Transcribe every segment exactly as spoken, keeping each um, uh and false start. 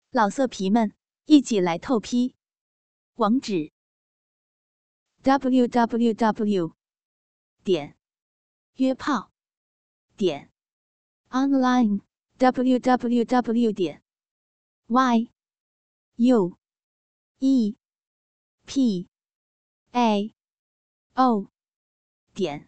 老色皮们，一起来透批！网址 ：double u double u double u 点约炮点 online double u double u double u 点 y u e p a o 点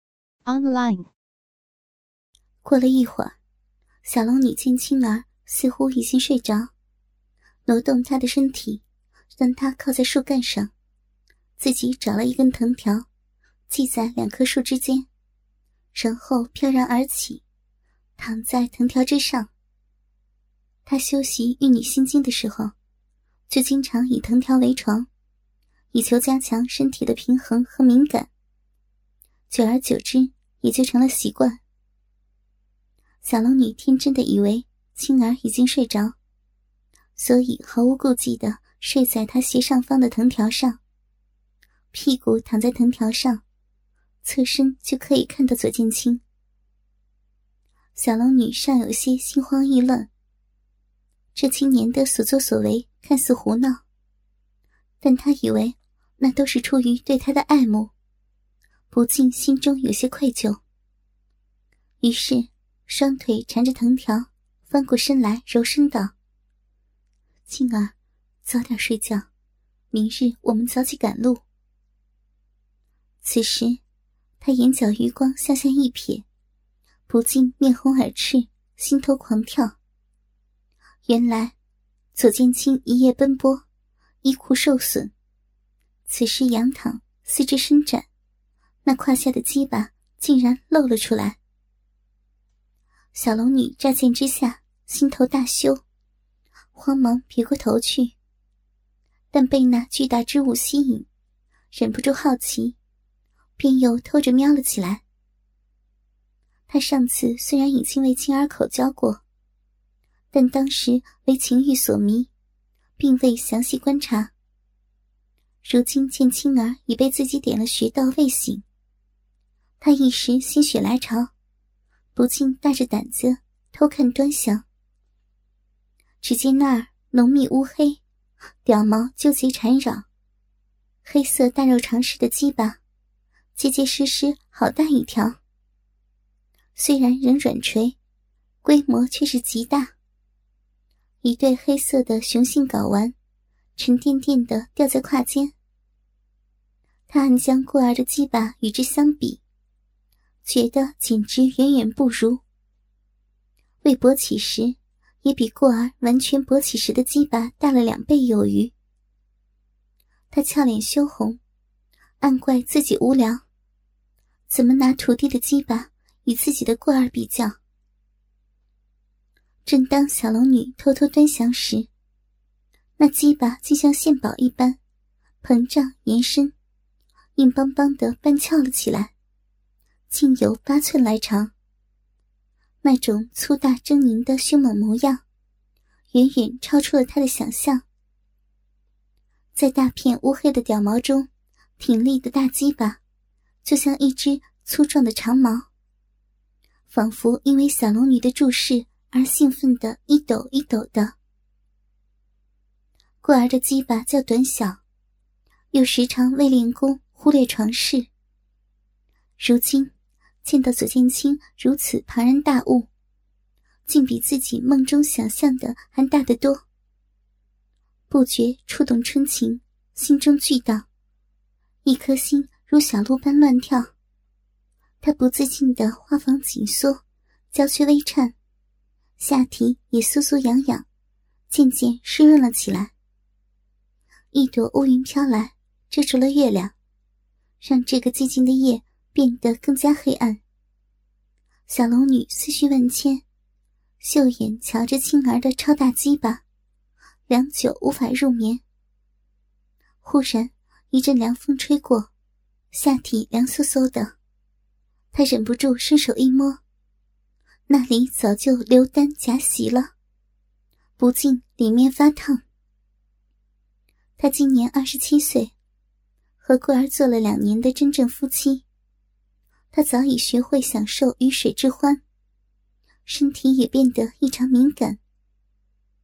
online。 过了一会儿，小龙女见青儿似乎已经睡着，挪动她的身体，让她靠在树干上，自己找了一根藤条系在两棵树之间，然后飘然而起，躺在藤条之上。她修习玉女心经的时候，就经常以藤条为床，以求加强身体的平衡和敏感，久而久之也就成了习惯。小龙女天真的以为青儿已经睡着，所以毫无顾忌地睡在她斜上方的藤条上，屁股躺在藤条上，侧身就可以看到左剑清。小龙女尚有些心慌意乱，这青年的所作所为看似胡闹，但她以为那都是出于对他的爱慕，不禁心中有些愧疚，于是双腿缠着藤条，翻过身来柔声道：青儿，早点睡觉，明日我们早起赶路。此时他眼角余光向下一瞥，不禁面红耳赤，心头狂跳。原来左剑清一夜奔波，衣裤受损，此时仰躺，四肢伸展，那胯下的鸡巴竟然露了出来。小龙女乍见之下，心头大羞，慌忙撇过头去，但被那巨大之物吸引，忍不住好奇，便又偷着瞄了起来。她上次虽然已经为青儿口交过，但当时为情欲所迷，并未详细观察。如今见青儿已被自己点了穴道未醒，她一时心血来潮，不禁大着胆子偷看端详。只见那儿浓密乌黑，屌毛纠结缠绕，黑色大肉长式的鸡巴结结实实好大一条，虽然仍软垂，规模却是极大。一对黑色的雄性睾丸沉甸甸地吊在胯间，他暗将过儿的鸡巴与之相比，觉得简直远远不如，未勃起时也比过儿完全勃起时的鸡巴大了两倍有余。他俏脸羞红，暗怪自己无聊，怎么拿徒弟的鸡巴与自己的过儿比较。正当小龙女偷偷端详时，那鸡巴竟像献宝一般膨胀延伸，硬邦邦地半翘了起来，竟有八寸来长。那种粗大狰狞的凶猛模样，远远超出了他的想象。在大片乌黑的屌毛中挺立的大鸡巴，就像一只粗壮的长矛，仿佛因为小龙女的注视而兴奋的一抖一抖的。过儿的鸡巴较短小，又时常为练功忽略床事，如今见到左剑清如此庞然大物，竟比自己梦中想象的还大得多，不觉触动春情，心中巨荡，一颗心如小鹿般乱跳。他不自禁地花房紧缩，娇躯微颤，下体也酥酥痒痒，渐渐湿润了起来。一朵乌云飘来，遮住了月亮，让这个寂静的夜变得更加黑暗。小龙女思绪万千，秀眼瞧着青儿的超大鸡巴，良久无法入眠。忽然一阵凉风吹过，下体凉飕飕的，她忍不住伸手一摸，那里早就流丹夹袭了，不禁里面发烫。她今年二十七岁，和桂儿做了两年的真正夫妻，她早已学会享受鱼水之欢，身体也变得异常敏感。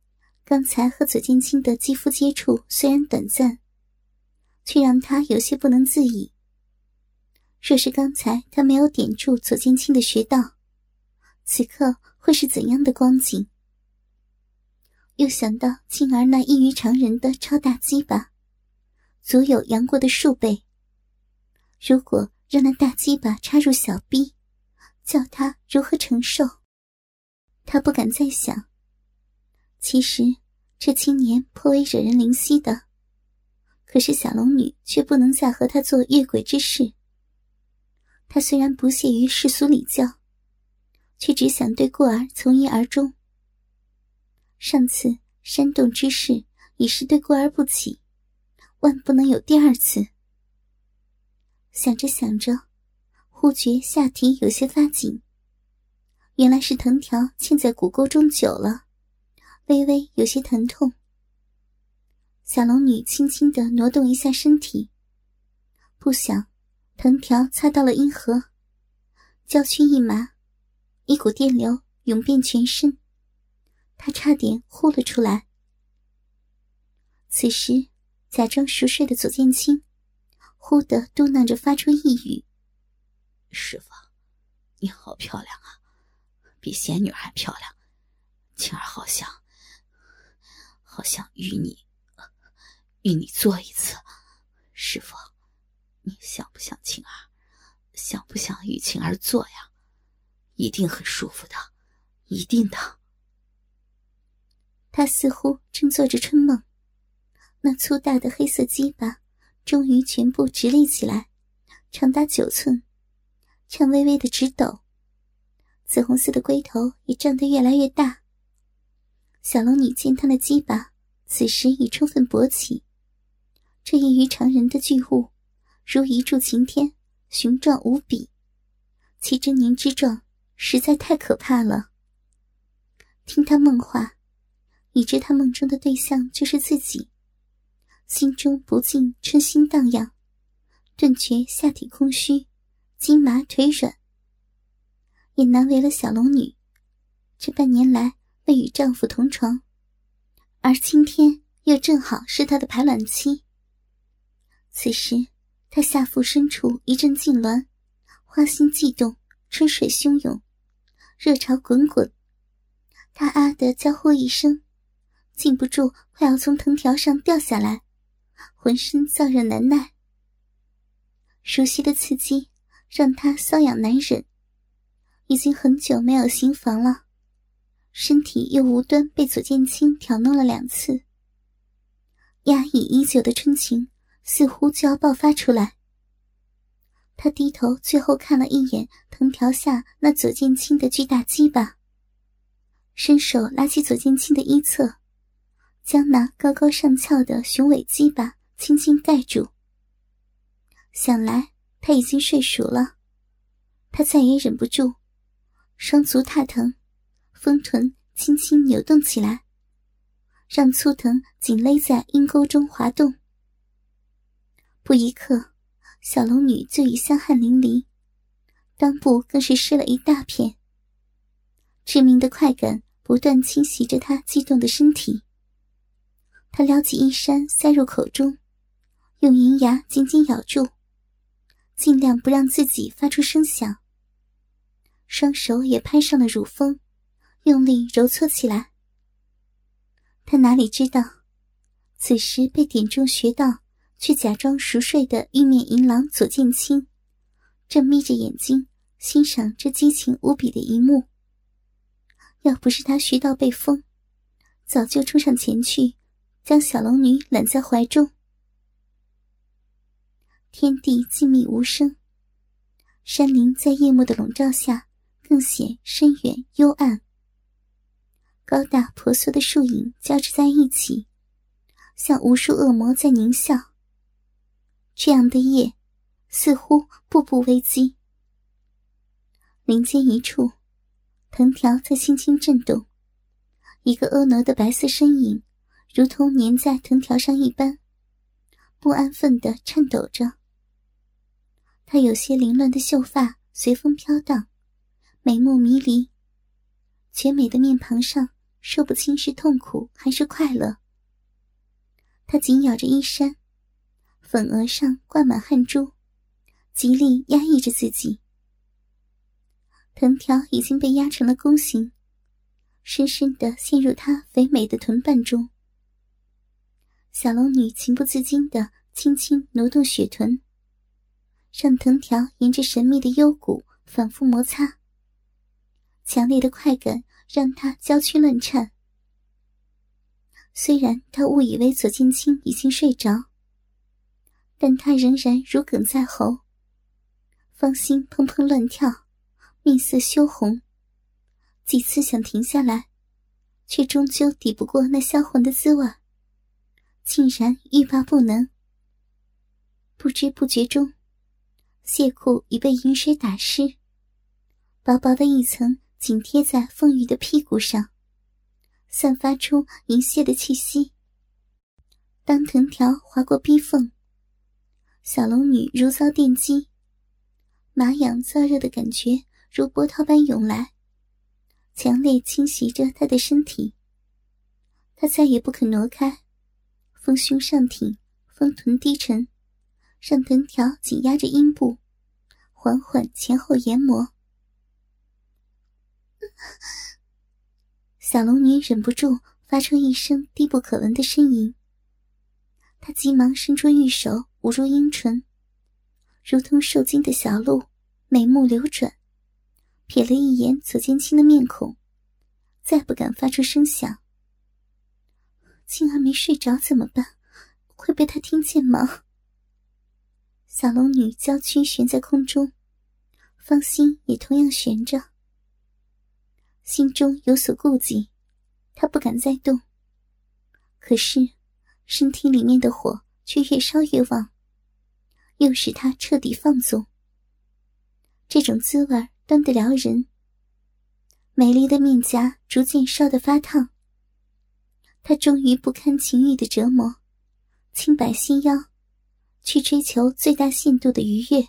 刚才和左剑清的肌肤接触虽然短暂，却让他有些不能自已。若是刚才他没有点住左剑清的穴道，此刻会是怎样的光景？又想到静儿那异于常人的超大鸡巴，足有杨过的数倍。如果让那大鸡巴插入小臂，叫他如何承受？他不敢再想。其实这青年颇为惹人怜惜的，可是小龙女却不能再和他做越轨之事。他虽然不屑于世俗礼教，却只想对过儿从一而终。上次煽动之事已是对过儿不起，万不能有第二次。想着想着，忽觉下体有些发紧，原来是藤条嵌在骨沟中久了，微微有些疼痛。小龙女轻轻地挪动一下身体，不想藤条擦到了阴核，娇躯一麻，一股电流涌遍全身，她差点呼了出来。此时假装熟睡的左剑清忽地嘟囔着发出一语： 师父，你好漂亮啊，比仙女还漂亮。晴儿好像好想与你与你做一次。师父，你想不想晴儿？想不想与晴儿做呀？一定很舒服的，一定的。 他似乎正做着春梦，那粗大的黑色鸡巴终于全部直立起来，长达九寸，颤巍巍的直抖，紫红色的龟头也胀得越来越大。小龙女见他的鸡巴此时已充分勃起，这异于常人的巨物如一柱擎天，雄壮无比，其狰狞之状实在太可怕了。听他梦话，已知他梦中的对象就是自己，心中不禁春心荡漾，顿觉下体空虚，筋麻腿软。也难为了小龙女，这半年来未与丈夫同床，而今天又正好是她的排卵期。此时她下腹深处一阵痉挛，花心悸动，春水汹涌，热潮滚滚。她啊的娇呼一声，禁不住快要从藤条上掉下来，浑身燥热难耐。熟悉的刺激让她瘙痒难忍，已经很久没有行房了，身体又无端被左剑清挑弄了两次，压抑已久的春情似乎就要爆发出来。他低头最后看了一眼藤条下那左剑清的巨大鸡巴，伸手拉起左剑清的衣侧，将那高高上翘的雄伟鸡巴轻轻盖住。想来他已经睡熟了，他再也忍不住，双足踏藤，丰臀轻轻扭动起来，让粗藤紧勒在阴沟中滑动。不一刻，小龙女就已香汗淋漓，裆部更是湿了一大片。致命的快感不断侵袭着她激动的身体。她撩起衣衫塞入口中，用银牙紧紧咬住，尽量不让自己发出声响。双手也拍上了乳峰，用力揉搓起来。她哪里知道，此时被点中穴道却假装熟睡的玉面银狼左剑清正眯着眼睛欣赏这激情无比的一幕。要不是他穴道被封，早就冲上前去将小龙女揽在怀中。天地静谧无声，山林在夜幕的笼罩下更显深远幽暗。高大婆娑的树影交织在一起，像无数恶魔在狞笑。这样的夜似乎步步危机。林间一处，藤条在轻轻震动，一个婀娜的白色身影如同粘在藤条上一般，不安分地颤抖着。她有些凌乱的秀发随风飘荡，美目迷离，绝美的面庞上说不清是痛苦还是快乐。他紧咬着衣衫，粉额上挂满汗珠，极力压抑着自己。藤条已经被压成了弓形，深深地陷入她肥美的臀瓣中。小龙女情不自禁地轻轻挪动雪臀，让藤条沿着神秘的幽谷反复摩擦。强烈的快感让她娇躯乱颤。虽然她误以为左剑清已经睡着，但她仍然如鲠在喉，芳心砰砰乱跳，面色羞红。几次想停下来，却终究抵不过那销魂的滋味，竟然欲罢不能。不知不觉中，亵裤已被饮水打湿，薄薄的一层紧贴在丰腴的屁股上，散发出淫亵的气息。当藤条划过逼缝，小龙女如遭电击，麻痒燥热的感觉如波涛般涌来，强烈侵袭着她的身体。她再也不肯挪开，丰胸上挺，丰臀低沉，让藤条紧压着阴部，缓缓前后研磨。小龙女忍不住发出一声低不可闻的呻吟，她急忙伸出玉手捂住阴唇，如同受惊的小鹿，美目流转，瞥了一眼左剑清的面孔，再不敢发出声响。静儿没睡着怎么办？会被他听见吗？小龙女娇躯悬在空中，芳心也同样悬着。心中有所顾忌，她不敢再动，可是身体里面的火却越烧越旺，又使她彻底放纵。这种滋味端得了人，美丽的面颊逐渐烧得发烫。她终于不堪情欲的折磨，轻摆细腰，去追求最大限度的愉悦。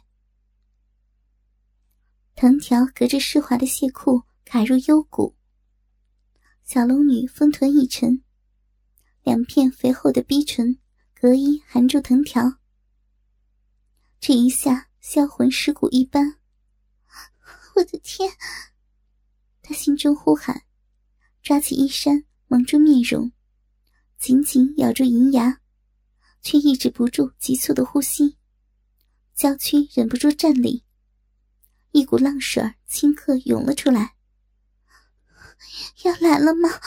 藤条隔着湿滑的亵裤卡入幽谷，小龙女丰臀一沉，两片肥厚的逼唇隔衣含住藤条。这一下销魂蚀骨一般，我的天！她心中呼喊，抓起衣衫蒙住面容，紧紧咬住银牙，却抑制不住急促的呼吸，娇躯忍不住站立，一股浪水顷刻涌了出来。要来了吗？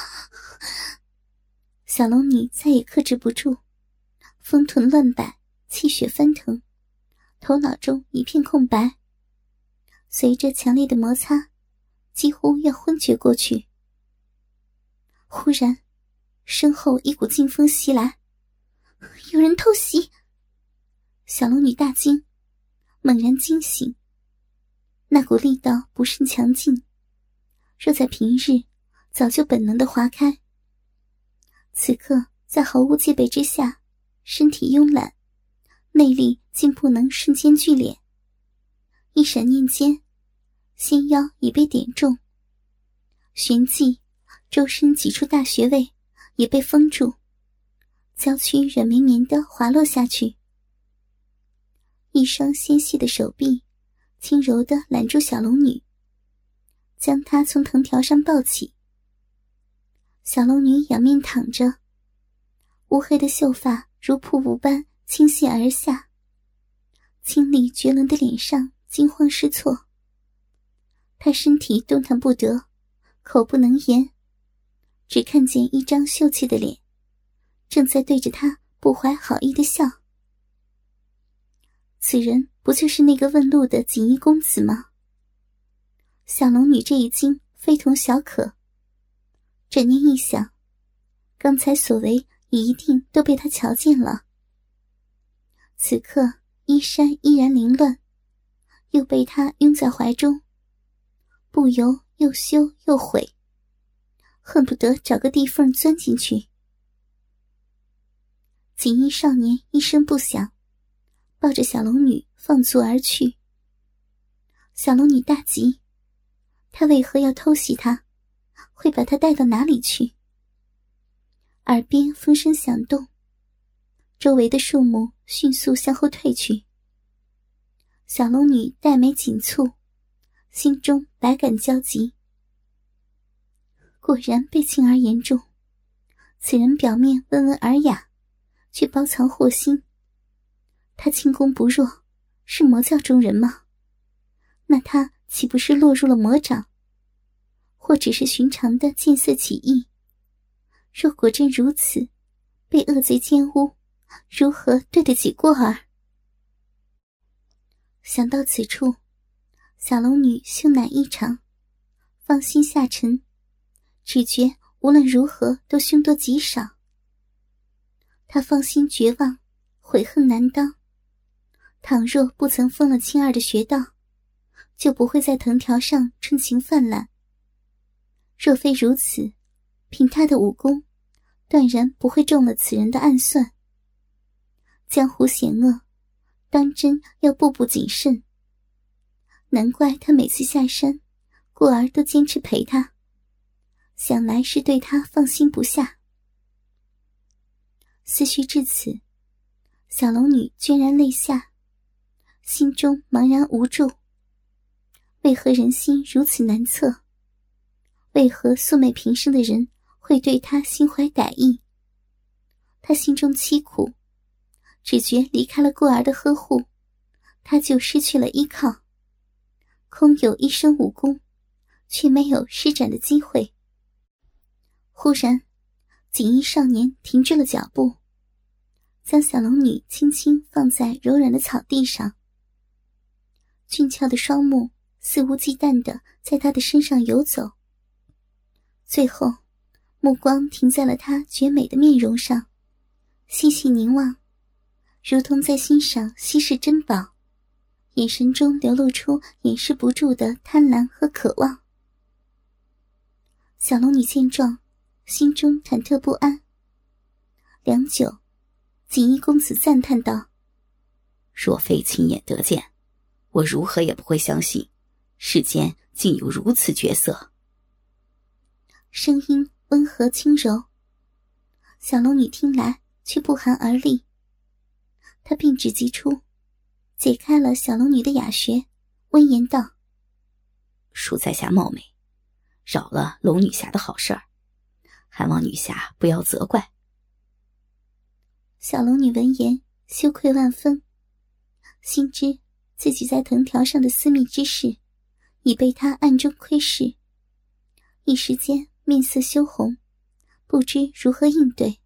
小龙女再也克制不住，丰臀乱摆，气血翻腾，头脑中一片空白，随着强烈的摩擦，几乎要昏厥过去。忽然身后一股劲风袭来，有人偷袭！小龙女大惊，猛然惊醒。那股力道不甚强劲，若在平日早就本能地划开。此刻在毫无戒备之下，身体慵懒，内力竟不能瞬间聚敛。一闪念间，纤腰已被点中，旋即周身几处大穴位也被封住，娇躯软绵绵地滑落下去。一双纤细的手臂轻柔地揽住小龙女，将她从藤条上抱起。小龙女仰面躺着，乌黑的秀发如瀑布般倾泻而下，清丽绝伦的脸上惊慌失措。她身体动弹不得，口不能言，只看见一张秀气的脸，正在对着她不怀好意地笑。此人不就是那个问路的锦衣公子吗？小龙女这一惊非同小可，转念一想，刚才所为也一定都被他瞧见了。此刻衣衫依然凌乱，又被他拥在怀中，不由又羞又悔，恨不得找个地缝钻进去。锦衣少年一声不响，抱着小龙女放足而去。小龙女大急，他为何要偷袭她？会把她带到哪里去？ 耳边风声响动，周围的树木迅速向后退去。小龙女黛眉紧蹙，心中百感交集。果然被青儿言中，此人表面温文尔雅，却包藏祸心。他轻功不弱，是魔教中人吗？那他岂不是落入了魔掌？或只是寻常的见色起意？若果真如此，被恶贼奸污，如何对得起过儿？想到此处，小龙女羞赧异常，芳心下沉，只觉无论如何都凶多吉少。她芳心绝望，悔恨难当。倘若不曾封了青儿的穴道，就不会在藤条上春情泛滥。若非如此，凭她的武功，断然不会中了此人的暗算。江湖险恶，当真要步步谨慎。难怪他每次下山，过儿都坚持陪他，想来是对他放心不下。思绪至此，小龙女潸然泪下，心中茫然无助。为何人心如此难测？为何素昧平生的人会对她心怀歹意？她心中凄苦，只觉离开了过儿的呵护，她就失去了依靠，空有一身武功，却没有施展的机会。忽然，锦衣少年停住了脚步，将小龙女轻轻放在柔软的草地上。俊俏的双目肆无忌惮地在她的身上游走，最后目光停在了她绝美的面容上，细细凝望，如同在欣赏稀世珍宝，眼神中流露出掩饰不住的贪婪和渴望。小龙女见状，心中忐忑不安。良久，锦衣公子赞叹道： 若非亲眼得见，我如何也不会相信世间竟有如此绝色。 声音温和轻柔，小龙女听来却不寒而栗。她并指即出，解开了小龙女的哑穴，温言道： 恕在下冒昧，扰了龙女侠的好事儿，还望女侠不要责怪。 小龙女闻言羞愧万分，心知自己在藤条上的私密之事已被他暗中窥视，一时间面色羞红，不知如何应对。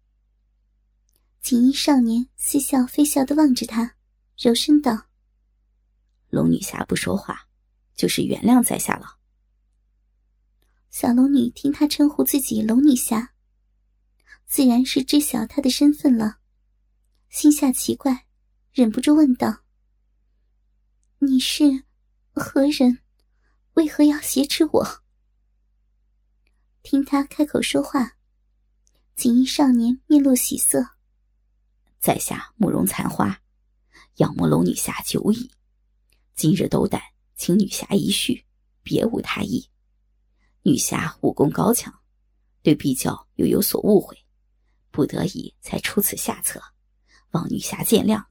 锦衣少年似笑非笑地望着他，柔声道： 龙女侠不说话，就是原谅在下了。 小龙女听他称呼自己龙女侠，自然是知晓他的身份了，心下奇怪，忍不住问道：你是何人？为何要挟持我？听他开口说话，锦衣少年面露喜色： 在下慕容残花，仰慕龙女侠久矣，今日斗胆请女侠一叙，别无他意。女侠武功高强，对婢教又有所误会，不得已才出此下策，望女侠见谅。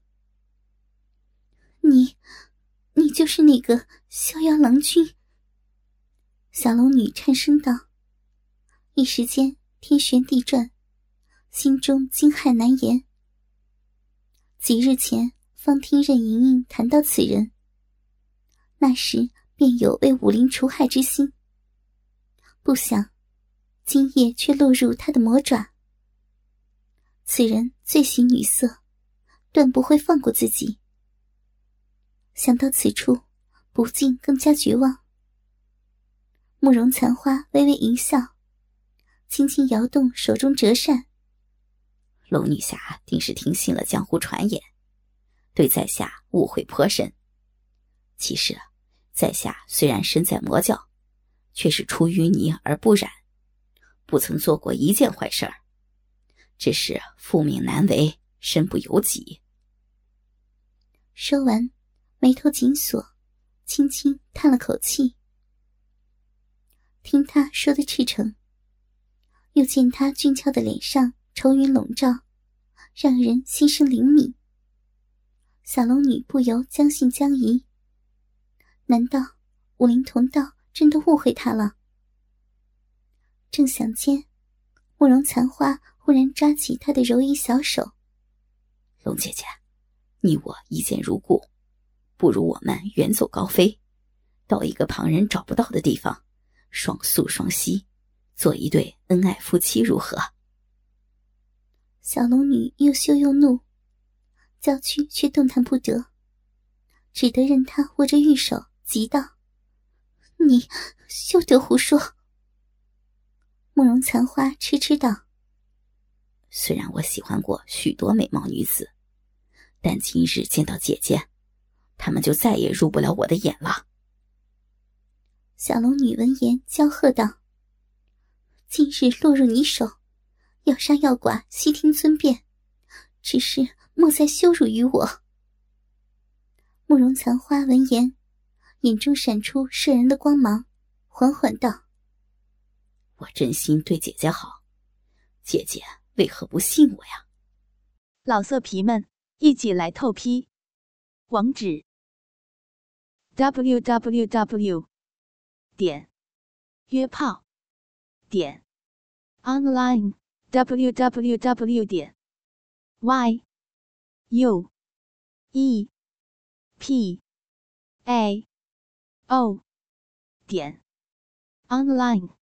你你就是那个逍遥郎君？小龙女颤声道，一时间天旋地转，心中惊骇难言。几日前方听任盈盈谈到此人，那时便有为武林除害之心，不想今夜却落入他的魔爪。此人最喜女色，断不会放过自己。想到此处，不禁更加绝望。慕容残花微微一笑，轻轻摇动手中折扇。 龙女侠定是听信了江湖传言，对在下误会颇深。其实在下虽然身在魔教，却是出淤泥而不染，不曾做过一件坏事儿，只是父命难违，身不由己。 说完，眉头紧锁，轻轻叹了口气。听他说的赤诚， 又见他俊俏的脸上愁云笼罩，让人心生怜悯。小龙女不由将信将疑，难道武林同道真的误会她了？正想间，慕容残花忽然抓起她的柔仪小手。 龙姐姐，你我一见如故，不如我们远走高飞，到一个旁人找不到的地方，双宿双栖，做一对恩爱夫妻如何？ 小龙女又羞又怒，娇躯却动弹不得，只得任他握着玉手，急道：“你休得胡说！”慕容残花痴痴道：“ 虽然我喜欢过许多美貌女子，但今日见到姐姐，她们就再也入不了我的眼了。” 小龙女闻言娇喝道：“今日落入你手，要杀要剐悉听尊便，只是莫再羞辱于我。”慕容残花闻言，眼中闪出摄人的光芒，缓缓道：“ 我真心对姐姐好，姐姐为何不信我呀？” 老色皮们，一起来透批！网址 ：double-u double-u double-u 点约炮点 online double-u double-u double-u 点 y u e p a o 点 online。